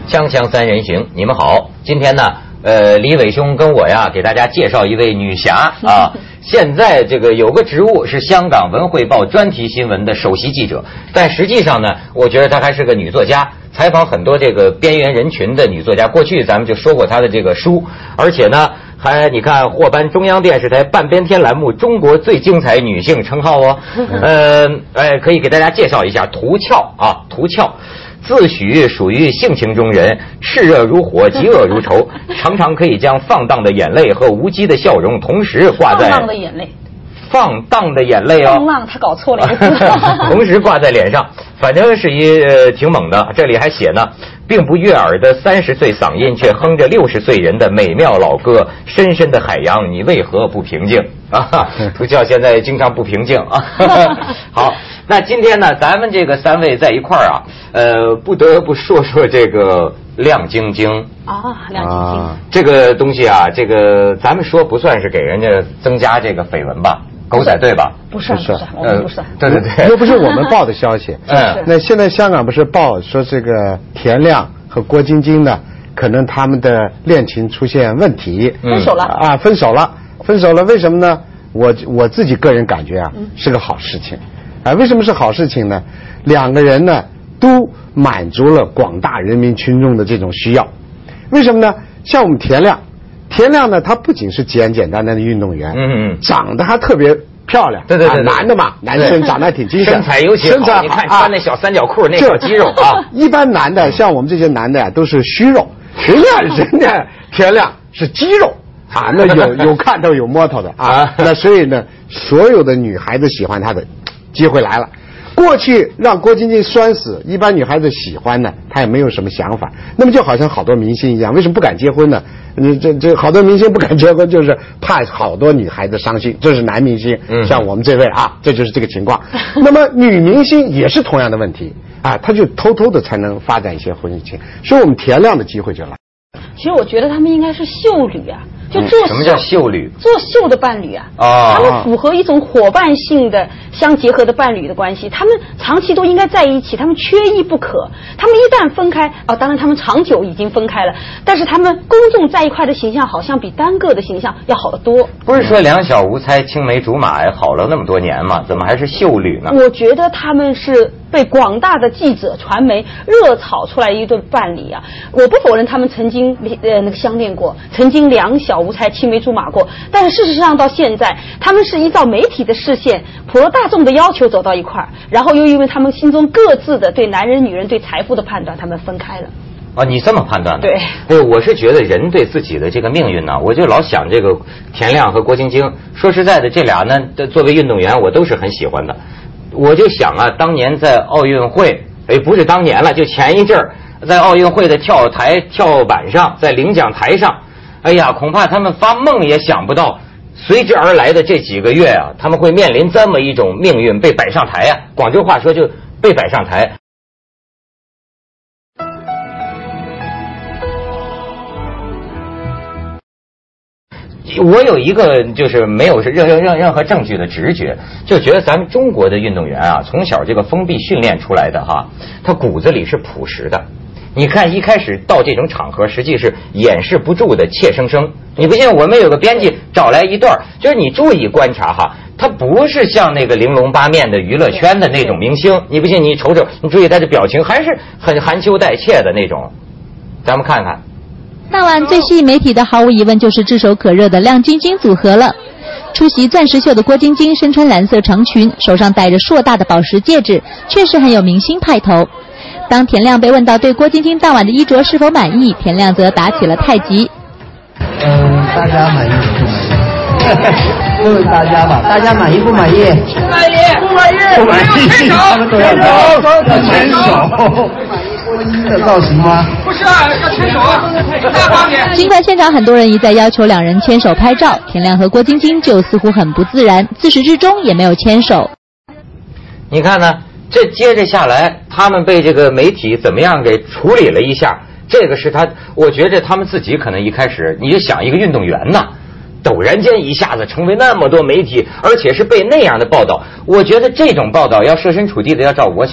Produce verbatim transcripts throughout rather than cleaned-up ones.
锵锵三人行，你们好。今天呢，呃，李伟兄跟我呀，给大家介绍一位女侠啊。现在这个有个职务是香港文汇报专题新闻的首席记者，但实际上呢，我觉得她还是个女作家，采访很多这个边缘人群的女作家。过去咱们就说过她的这个书，而且呢，还你看获颁中央电视台半边天栏目中国最精彩女性称号哦。呃，哎，可以给大家介绍一下涂俏啊，涂俏。自诩属于性情中人，炽热如火，嫉恶如仇，常常可以将放荡的眼泪和无稽的笑容同时挂在放荡的眼泪， 放荡的眼泪哦， 放浪他搞错了一个字， 同时挂在脸上，反正是一、呃、挺猛的。这里还写呢，并不悦耳的三十岁嗓音，却哼着六十岁人的美妙老歌。深深的海洋，你为何不平静啊？涂俏现在经常不平静啊。好。那今天呢，咱们这个三位在一块儿啊，呃，不得不说说这个亮晶晶啊，亮晶晶、啊、 这个东西啊，这个咱们说不算是给人家增加这个绯闻吧，狗仔队吧？ 不是，不是，我们不是。 对对对， 又不是我们报的消息。 嗯， 那现在香港不是报说这个田亮和郭晶晶呢，可能他们的恋情出现问题， 分手了啊，分手了，分手了，为什么呢？我我自己个人感觉啊，是个好事情。啊，为什么是好事情呢？两个人呢都满足了广大人民群众的这种需要。为什么呢？像我们田亮，田亮呢，他不仅是简简单单的运动员， 嗯嗯， 长得还特别漂亮， 对对 对, 对、 啊，男的嘛，男生长得还挺精神， 身材尤其好，身材好，你看穿那小三角裤、啊、那小肌肉啊。 一般男的像我们这些男的呀、啊，都是虚肉，人家人家田亮是肌肉。啊，那有有看头有摸头的啊，那所以呢，所有的女孩子喜欢他的机会来了。过去让郭晶晶拴死，一般女孩子喜欢呢，她也没有什么想法。那么就好像好多明星一样，为什么不敢结婚呢？你这这好多明星不敢结婚，就是怕好多女孩子伤心。这是男明星，嗯、像我们这位啊，这就是这个情况。那么女明星也是同样的问题啊，她就偷偷的才能发展一些婚姻情，所以我们田亮的机会就来。 其实我觉得他们应该是秀侣啊。就做、 嗯、什么叫秀侣？ 做秀的伴侣啊， 哦， 他们符合一种伙伴性的相结合的伴侣的关系，他们长期都应该在一起，他们缺一不可。他们一旦分开，哦，当然他们长久已经分开了，但是他们公众在一块的形象好像比单个的形象要好得多。 不是说两小无猜、青梅竹马呀，好了那么多年嘛，怎么还是秀侣呢？ 我觉得他们是被广大的记者、传媒热炒出来一对伴侣啊！我不否认他们曾经呃那个相恋过，曾经两小无猜、青梅竹马过，但是事实上到现在，他们是依照媒体的视线、普罗大众的要求走到一块儿，然后又因为他们心中各自的对男人、女人、对财富的判断，他们分开了。 啊，你这么判断的？ 对。 哎，我是觉得人对自己的这个命运呢，我就老想这个田亮和郭晶晶。说实在的，这俩呢，作为运动员，我都是很喜欢的。我就想啊，当年在奥运会，哎，不是当年了，就前一阵儿，在奥运会的跳台跳板上，在领奖台上，哎呀，恐怕他们发梦也想不到，随之而来的这几个月啊，他们会面临这么一种命运，被摆上台啊。广州话说就被摆上台。我有一个就是没有任任任任何证据的直觉，就觉得咱们中国的运动员啊，从小这个封闭训练出来的哈，他骨子里是朴实的。你看一开始到这种场合，实际是掩饰不住的怯生生。你不信，我们有个编辑找来一段，就是你注意观察哈，他不是像那个玲珑八面的娱乐圈的那种明星。你不信，你瞅瞅，你注意他的表情，还是很含羞带怯的那种。咱们看看。 当晚最吸引媒体的毫无疑问就是炙手可热的亮晶晶组合了。出席钻石秀的郭晶晶身穿蓝色长裙，手上戴着硕大的宝石戒指，确实很有明星派头。当田亮被问到对郭晶晶当晚的衣着是否满意，田亮则打起了太极。 嗯，大家满意不满意？问问大家吧，大家满意不满意？ 不满意，不满意， 不满意，他们都要手， 要牵手。这造型吗？ 不是啊，要牵手啊！大画面。 尽管现场很多人一再要求两人牵手拍照，田亮和郭晶晶就似乎很不自然，自始至终也没有牵手。 你看呢？这接着下来，他们被这个媒体怎么样给处理了一下？这个是他，我觉得他们自己可能一开始，你就想一个运动员呐，陡然间一下子成为那么多媒体，而且是被那样的报道。我觉得这种报道要设身处地的要照顾，我想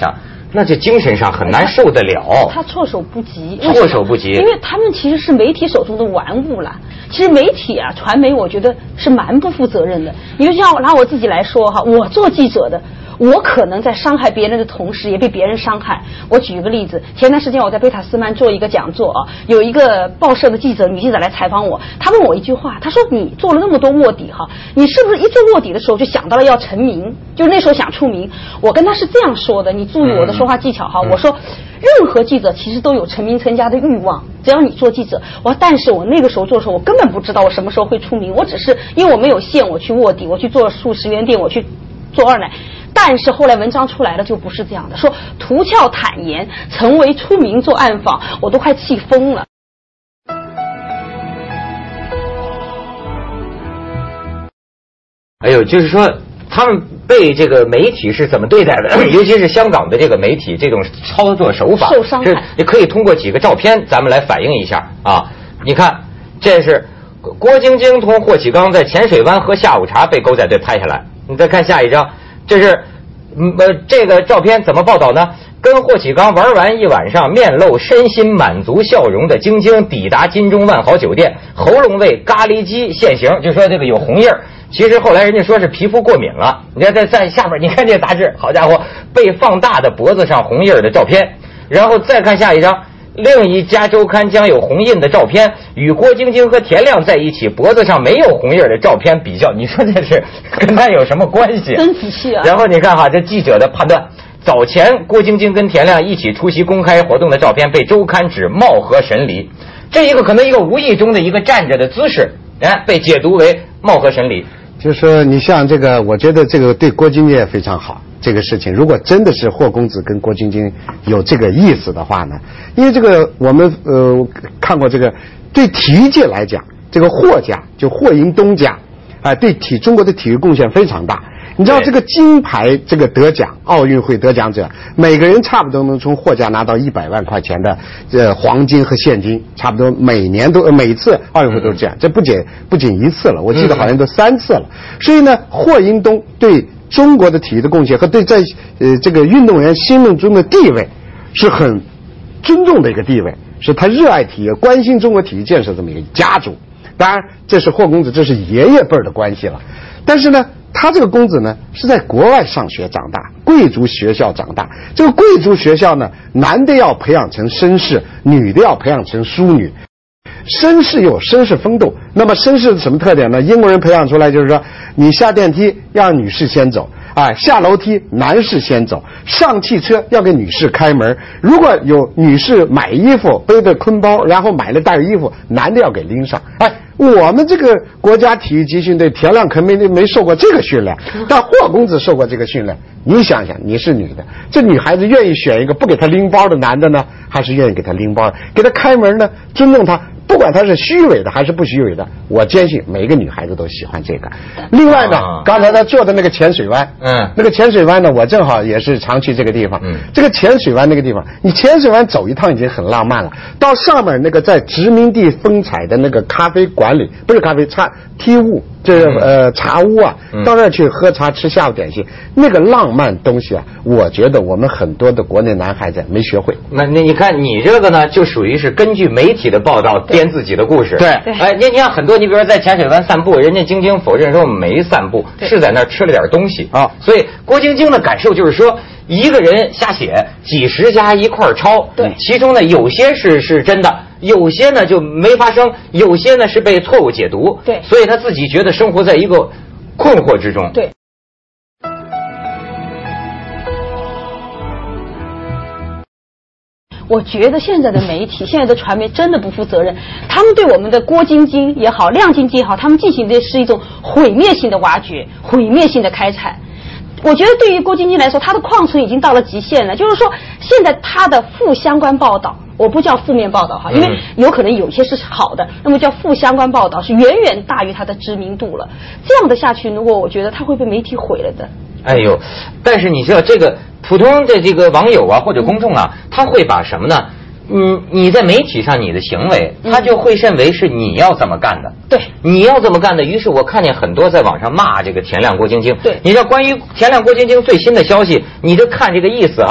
那这精神上很难受得了。 他措手不及， 措手不及， 因为他们其实是媒体手中的玩物了。其实媒体啊，传媒，我觉得是蛮不负责任的。你就像拿我自己来说哈，我做记者的。我可能在伤害别人的同时，也被别人伤害。我举一个例子，前段时间我在贝塔斯曼做一个讲座啊，有一个报社的记者，女记者来采访我，她问我一句话，她说：“你做了那么多卧底哈，你是不是一做卧底的时候就想到了要成名？就是那时候想出名？”我跟她是这样说的，你注意我的说话技巧哈， 嗯、 我说。任何记者其实都有成名成家的欲望，只要你做记者。我但是我那个时候做的时候，我根本不知道我什么时候会出名，我只是因为我没有线，我去卧底，我去做数十元店，我去做二奶。但是后来文章出来了，就不是这样的，说涂俏坦言，成为出名做暗访，我都快气疯了。 哎呦，就是说他们被这个媒体是怎么对待的，尤其是香港的这个媒体这种操作手法， 受伤害。 也可以通过几个照片咱们来反映一下啊。你看，这是郭晶晶同霍启刚在浅水湾喝下午茶被狗仔队拍下来。你再看下一张，这是呃这个照片怎么报道呢？跟霍启刚玩完一晚上，面露身心满足笑容的晶晶抵达金钟万豪酒店，喉咙为咖喱鸡现形，就说这个有红印儿。其实后来人家说是皮肤过敏了。你看在在下边，你看这杂志，好家伙，被放大的脖子上红印的照片。然后再看下一张，另一家周刊将有红印的照片与郭晶晶和田亮在一起脖子上没有红印的照片比较，你说这是跟他有什么关系？ 真仔细啊！ 然后你看哈，这记者的判断。早前郭晶晶跟田亮一起出席公开活动的照片被周刊指貌合神离，这一个可能一个无意中的一个站着的姿势，哎，被解读为貌合神离。 就是说，你像这个，我觉得这个对郭晶晶也非常好。这个事情，如果真的是霍公子跟郭晶晶有这个意思的话呢，因为这个我们呃看过这个，对体育界来讲，这个霍家就霍英东家啊、呃，对体中国的体育贡献非常大。你知道这个金牌这个得奖，奥运会得奖者，每个人差不多能从霍家拿到一百万块钱的呃黄金和现金，差不多每年都每次奥运会都是这样，这不仅不仅一次了，我记得好像都三次了。所以呢，霍英东对中国的体育的贡献和对在呃这个运动员心目中的地位是很尊重的一个地位，是他热爱体育、关心中国体育建设这么一个家族。当然，这是霍公子，这是爷爷辈儿的关系了。但是呢，他这个公子呢是在国外上学长大，贵族学校长大。这个贵族学校呢，男的要培养成绅士，女的要培养成淑女。绅士有绅士风度，那么绅士的什么特点呢？英国人培养出来就是说，你下电梯要女士先走，啊，下楼梯男士先走，上汽车要给女士开门。如果有女士买衣服背着坤包，然后买了袋衣服，男的要给拎上。哎，我们这个国家体育集训队田亮可没没受过这个训练，但霍公子受过这个训练。你想想，你是女的，这女孩子愿意选一个不给她拎包的男的呢，还是愿意给她拎包，给她开门呢？尊重她。不管他是虚伪的还是不虚伪的，我坚信每一个女孩子都喜欢这个。另外呢，啊、刚才他坐的那个浅水湾，嗯，那个浅水湾呢，我正好也是常去这个地方。嗯，这个浅水湾那个地方，你浅水湾走一趟已经很浪漫了。到上面那个在殖民地风采的那个咖啡馆里，不是咖啡茶梯屋，这呃茶屋啊，到那儿去喝茶吃下午点心，那个浪漫东西啊，我觉得我们很多的国内男孩子没学会。 那那你看你这个呢，就属于是根据媒体的报道编自己的故事。 对， 哎，你你看很多，你比如说在浅水湾散步，人家晶晶否认说没散步，是在那儿吃了点东西啊。所以郭晶晶的感受就是说，一个人瞎写，几十家一块抄， 对， 其中呢有些是是真的，有些呢就没发生，有些呢是被错误解读， 对， 所以他自己觉得生活在一个困惑之中。 对。我觉得现在的媒体、现在的传媒真的不负责任，他们对我们的郭晶晶也好、亮晶晶也好，他们进行的是一种毁灭性的挖掘、毁灭性的开采。我觉得对于郭晶晶来说，她的矿存已经到了极限了。就是说，现在她的负相关报道，我不叫负面报道哈，因为有可能有些是好的，那么叫负相关报道是远远大于她的知名度了。这样的下去，如果我觉得她会被媒体毁了的。 哎呦，但是你知道这个普通的这个网友啊或者公众啊，他会把什么呢？嗯，你在媒体上你的行为，他就会认为是你要这么干的。 对， 你要这么干的。于是我看见很多在网上骂这个田亮郭晶晶。 对， 你知道关于田亮郭晶晶最新的消息，你就看这个意思啊。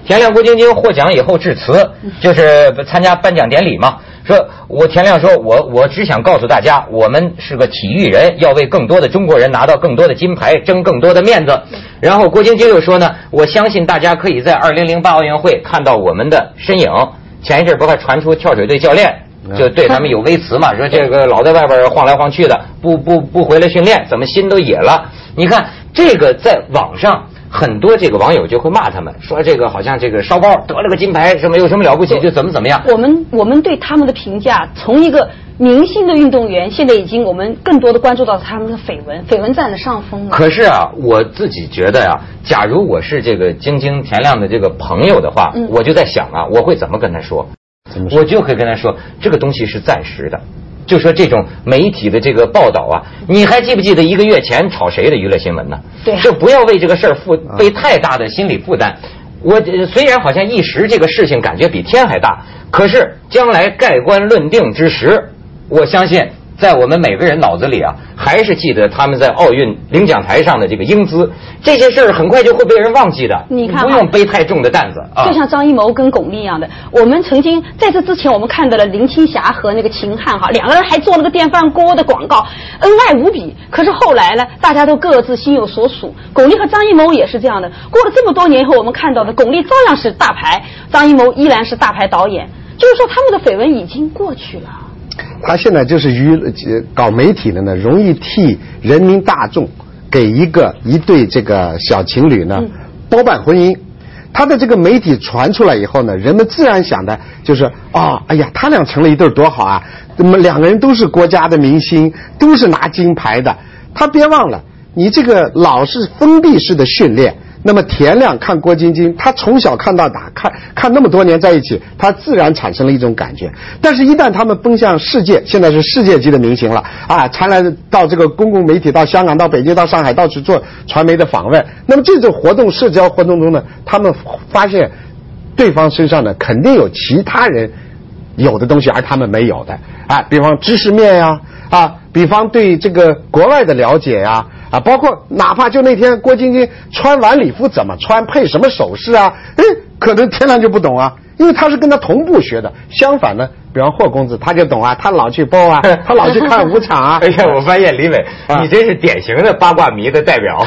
田亮、郭晶晶获奖以后致辞，就是参加颁奖典礼嘛。说我田亮说，我我只想告诉大家，我们是个体育人，要为更多的中国人拿到更多的金牌，争更多的面子。然后郭晶晶又说呢，我相信大家可以在二零零八奥运会看到我们的身影。前一阵不还传出跳水队教练就对他们有微词嘛，说这个老在外边晃来晃去的，不不不回来训练，怎么心都野了？你看这个在网上。很多这个网友就会骂他们，说这个好像这个烧包得了个金牌，什么有什么了不起，就怎么怎么样。 我们我们对他们的评价，从一个明星的运动员，现在已经我们更多的关注到他们的绯闻，绯闻占了上风了。 可是啊，我自己觉得呀、啊，假如我是这个晶晶、田亮的这个朋友的话，嗯、我就在想啊，我会怎么跟他说？ 怎么说？ 我就会跟他说，这个东西是暂时的。就说这种媒体的这个报道啊，你还记不记得一个月前炒谁的娱乐新闻呢？ 对、啊， 就不要为这个事儿负背太大的心理负担。我虽然好像一时这个事情感觉比天还大，可是将来盖棺论定之时，我相信在我们每个人脑子里啊，还是记得他们在奥运领奖台上的这个英姿。这些事儿很快就会被人忘记的， 你看， 不用背太重的担子啊。 就像张艺谋跟巩俐一样的，我们曾经在这之前，我们看到了林青霞和那个秦汉哈，两个人还做了个电饭锅的广告，恩爱无比。可是后来呢，大家都各自心有所属。巩俐和张艺谋也是这样的，过了这么多年以后，我们看到的巩俐照样是大牌，张艺谋依然是大牌导演，就是说他们的绯闻已经过去了。 他现在就是娱搞媒体的呢，容易替人民大众给一个一对这个小情侣呢包办婚姻。他的这个媒体传出来以后呢，人们自然想的就是哦，哎呀，他俩成了一对多好啊！那么两个人都是国家的明星，都是拿金牌的。他别忘了，你这个老是封闭式的训练。那么田亮看郭晶晶，他从小看到大，看看那么多年在一起，他自然产生了一种感觉。但是，一旦他们奔向世界，现在是世界级的明星了啊，传来到这个公共媒体，到香港、到北京、到上海，到处做传媒的访问。那么这种活动、社交活动中呢，他们发现对方身上呢，肯定有其他人有的东西，而他们没有的啊，比方知识面呀，啊，比方对这个国外的了解呀。啊，包括哪怕就那天郭晶晶穿晚礼服怎么穿，配什么首饰啊，哎，可能田亮就不懂啊，因为他是跟他同步学的。相反呢，比方霍公子他就懂啊，他老去包啊，他老去看舞场啊。 哎呀，我发现李伟，啊、你真是典型的八卦迷的代表。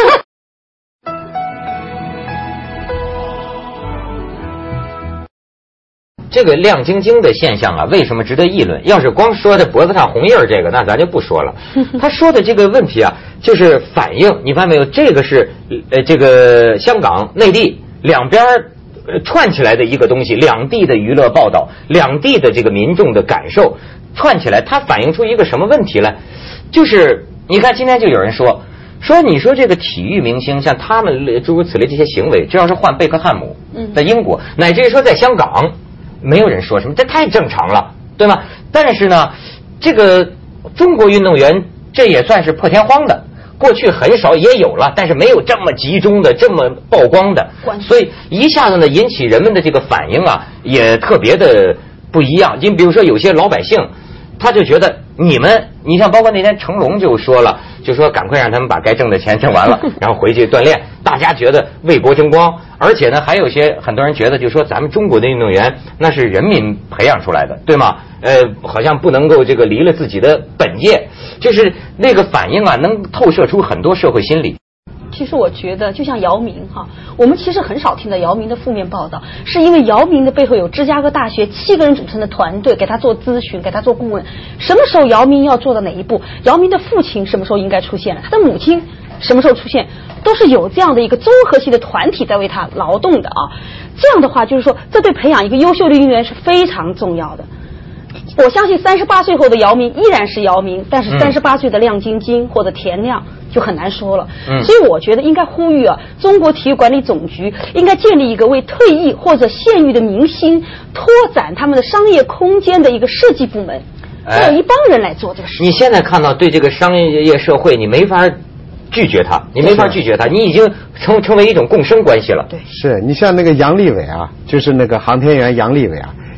这个亮晶晶的现象啊，为什么值得议论？要是光说的脖子上红印儿这个，那咱就不说了。他说的这个问题啊，就是反映，你发现没有？这个是呃，这个香港、内地两边呃串起来的一个东西，两地的娱乐报道，两地的这个民众的感受串起来，它反映出一个什么问题来？就是你看，今天就有人说说，你说这个体育明星像他们诸如此类这些行为，这要是换贝克汉姆在英国，乃至于说在香港。没有人说什么，这太正常了，对吗？但是呢，这个中国运动员这也算是破天荒的，过去很少也有了，但是没有这么集中的、这么曝光的，所以一下子呢引起人们的这个反应啊，也特别的不一样。你比如说有些老百姓，他就觉得你们，你像包括那天成龙就说了，就说赶快让他们把该挣的钱挣完了，然后回去锻炼。大家觉得为国争光，而且呢，还有些很多人觉得，就说咱们中国的运动员那是人民培养出来的，对吗？呃，好像不能够这个离了自己的本业，就是那个反应啊，能透射出很多社会心理。 其实我觉得，就像姚明哈，我们其实很少听到姚明的负面报道，是因为姚明的背后有芝加哥大学七个人组成的团队给他做咨询，给他做顾问。什么时候姚明要做到哪一步？姚明的父亲什么时候应该出现了？他的母亲什么时候出现？都是有这样的一个综合性的团体在为他劳动的啊。这样的话，就是说，这对培养一个优秀的运动员是非常重要的。我相信三十八岁后的姚明依然是姚明，但是三十八岁的亮晶晶或者田亮就很难说了。嗯，所以我觉得应该呼吁啊，中国体育管理总局应该建立一个为退役或者现役的明星拓展他们的商业空间的一个设计部门，要有一帮人来做这个事情。 你现在看到对这个商业社会，你没法拒绝他，你没法拒绝他，你已经成成为一种共生关系了。 对， 是你像那个杨利伟啊，就是那个航天员杨利伟啊。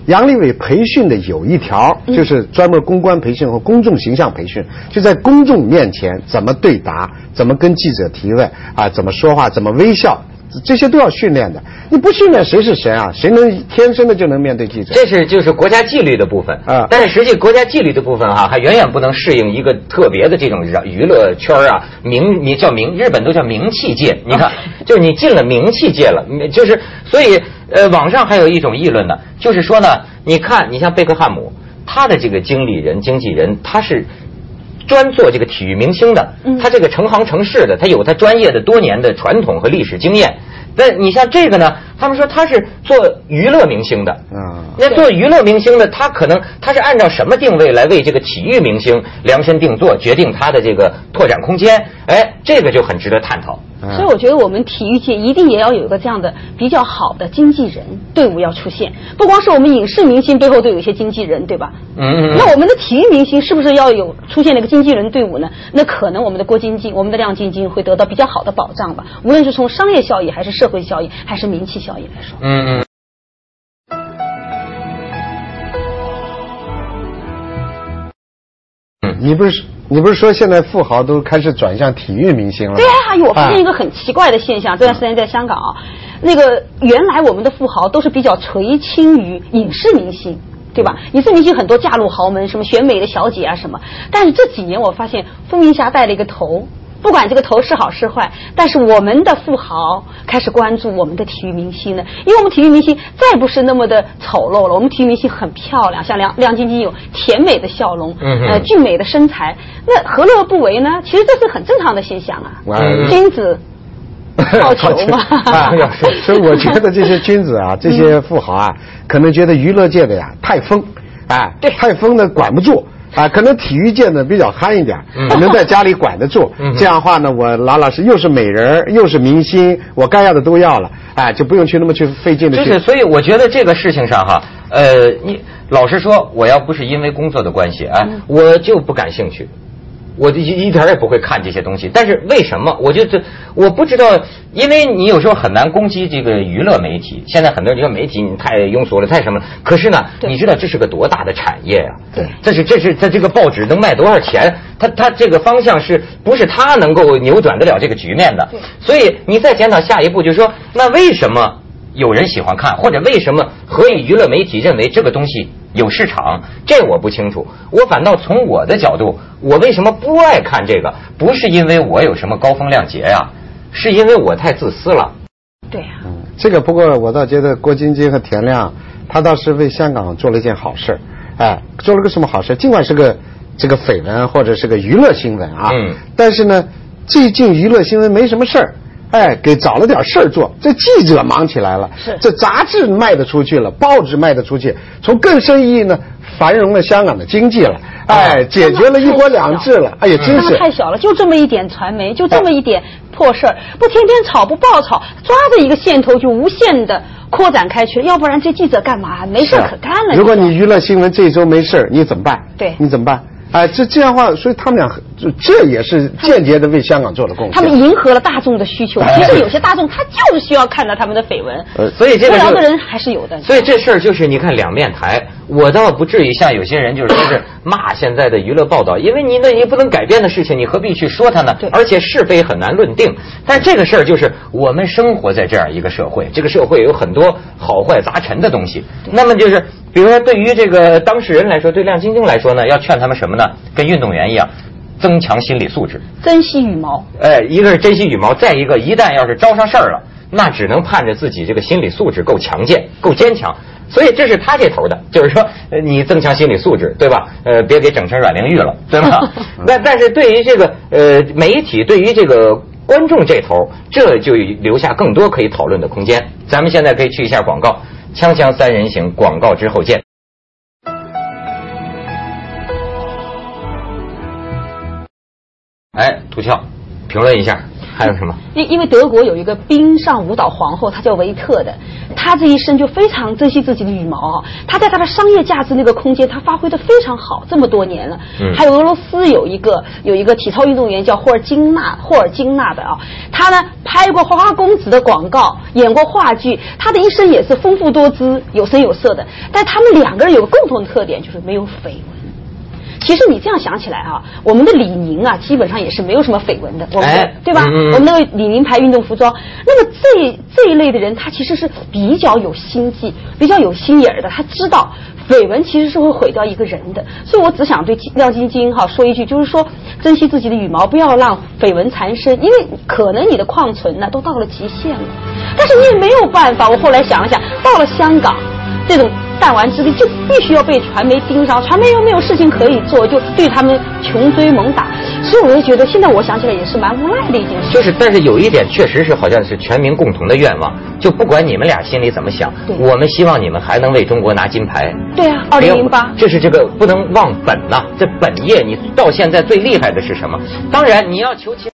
杨利伟培训的有一条，就是专门公关培训和公众形象培训，就在公众面前怎么对答，怎么跟记者提问啊，怎么说话，怎么微笑。这些都要训练的，你不训练谁是神啊？谁能天生的就能面对记者？ 这是就是国家纪律的部分啊， 但是实际国家纪律的部分哈、啊，还远远不能适应一个特别的这种娱乐圈啊，名你叫名，日本都叫名气界。你看，就是你进了名气界了，就是所以呃，网上还有一种议论呢，就是说呢，你看你像贝克汉姆，他的这个经理人、经纪人，他是专做这个体育明星的，他这个成行成市的，他有他专业的多年的传统和历史经验。但你像这个呢，他们说他是做娱乐明星的，啊，那做娱乐明星的，他可能他是按照什么定位来为这个体育明星量身定做，决定他的这个拓展空间，哎，这个就很值得探讨。 所以我觉得我们体育界一定也要有一个这样的比较好的经纪人队伍要出现，不光是我们影视明星背后都有一些经纪人，对吧？嗯嗯。那我们的体育明星是不是要有出现那个经纪人队伍呢？那可能我们的郭晶晶、我们的亮晶晶会得到比较好的保障吧，无论是从商业效益还是社会效益还是名气效益来说。 嗯嗯。 你不是你不是说现在富豪都开始转向体育明星了吗？ 对啊，我发现一个很奇怪的现象，这段时间在香港啊，那个原来我们的富豪都是比较垂青于影视明星。对吧？影视明星很多嫁入豪门，什么选美的小姐啊什么。但是这几年我发现风云霞带了一个头，不管这个头是好是坏，但是我们的富豪开始关注我们的体育明星呢，因为我们体育明星再不是那么的丑陋了，我们体育明星很漂亮，像亮亮晶晶有甜美的笑容，嗯、呃俊美的身材，那何乐不为呢？其实这是很正常的现象啊，嗯、君子。好球嘛！ 啊，所以我觉得这些君子啊，这些富豪啊，可能觉得娱乐界的呀太疯，啊， 对， 太疯呢管不住啊。可能体育界呢比较憨一点，能在家里管得住。这样的话呢，我老老实又是美人又是明星，我该要的都要了，哎，就不用去那么去费劲的去。 就是，所以我觉得这个事情上哈，呃，你老实说，我要不是因为工作的关系啊，我就不感兴趣。我一一点也不会看这些东西，但是为什么？我就这我不知道，因为你有时候很难攻击这个娱乐媒体。现在很多人说媒体你太庸俗了，太什么了？可是呢，你知道这是个多大的产业呀、啊？ 对， 这是这是它这个报纸能卖多少钱？它它这个方向是不是它能够扭转得了这个局面的？所以你再检讨下一步，就是说，那为什么有人喜欢看，或者为什么何以娱乐媒体认为这个东西有市场？这我不清楚。我反倒从我的角度，我为什么不爱看这个？不是因为我有什么高风亮节呀、啊，是因为我太自私了。 对呀、啊嗯，这个不过我倒觉得郭晶晶和田亮，他倒是为香港做了一件好事，哎，做了个什么好事？尽管是个这个绯闻或者是个娱乐新闻啊，嗯，但是呢，最近娱乐新闻没什么事儿。哎，给找了点事儿做，这记者忙起来了， 是这杂志卖得出去了，报纸卖得出去，从更深意义呢，繁荣了香港的经济了，哎，解决了一国两制了，哎呀，真是太小了，就这么一点传媒，就这么一点破事儿，不天天炒不爆炒，抓着一个线头就无限的扩展开去，要不然这记者干嘛？没事可干了。 如果你娱乐新闻这一周没事，你怎么办？ 对， 你怎么办？哎，这这样的话，所以他们俩这也是间接的为香港做了贡献。 他们迎合了大众的需求。其实有些大众他就是需要看到他们的绯闻， 呃，所以这个无聊的人还是有的。 所以这事儿就是你看两面台，我倒不至于像有些人就是说是骂现在的娱乐报道，因为你那你不能改变的事情，你何必去说它呢？而且是非很难论定。但这个事儿就是我们生活在这样一个社会，这个社会有很多好坏杂陈的东西。那么就是。比如说，对于这个当事人来说，对亮晶晶来说呢，要劝他们什么呢？跟运动员一样，增强心理素质， 珍惜羽毛。 哎，一个是珍惜羽毛，再一个，一旦要是招上事儿了，那只能盼着自己这个心理素质够强健、够坚强。所以这是他这头的，就是说，呃，你增强心理素质，对吧？呃，别给整成阮玲玉了，对吧？那但是对于这个呃媒体，对于这个观众这头，这就留下更多可以讨论的空间。咱们现在可以去一下广告。锵锵三人行，广告之后见。哎，涂俏，评论一下。 还有什么？ 因因为德国有一个冰上舞蹈皇后，她叫维特的，她这一生就非常珍惜自己的羽毛啊。她在她的商业价值那个空间，她发挥的非常好，这么多年了。嗯。还有俄罗斯有一个有一个体操运动员叫霍尔金娜，霍尔金娜的啊，她呢拍过花花公子的广告，演过话剧，她的一生也是丰富多姿、有声有色的。但他们两个人有个共同的特点，就是没有绯闻。其实你这样想起来啊，我们的李宁啊，基本上也是没有什么绯闻的，我们的、哎、对吧？嗯、我们的李宁牌运动服装，那么这这一类的人，他其实是比较有心计、比较有心眼的，他知道绯闻其实是会毁掉一个人的。所以我只想对亮晶晶哈说一句，就是说珍惜自己的羽毛，不要让绯闻缠身，因为可能你的矿存呢都到了极限了，但是你也没有办法。我后来想了想，到了香港这种弹丸之地，就必须要被传媒盯上，传媒又没有事情可以做，就对他们穷追猛打。所以我就觉得，现在我想起来也是蛮无奈的一件事。 就是，但是有一点确实是好像是全民共同的愿望，就不管你们俩心里怎么想，我们希望你们还能为中国拿金牌。 对啊，二零零八， 这是这个不能忘本呐、啊，这本业你到现在最厉害的是什么？当然你要求其。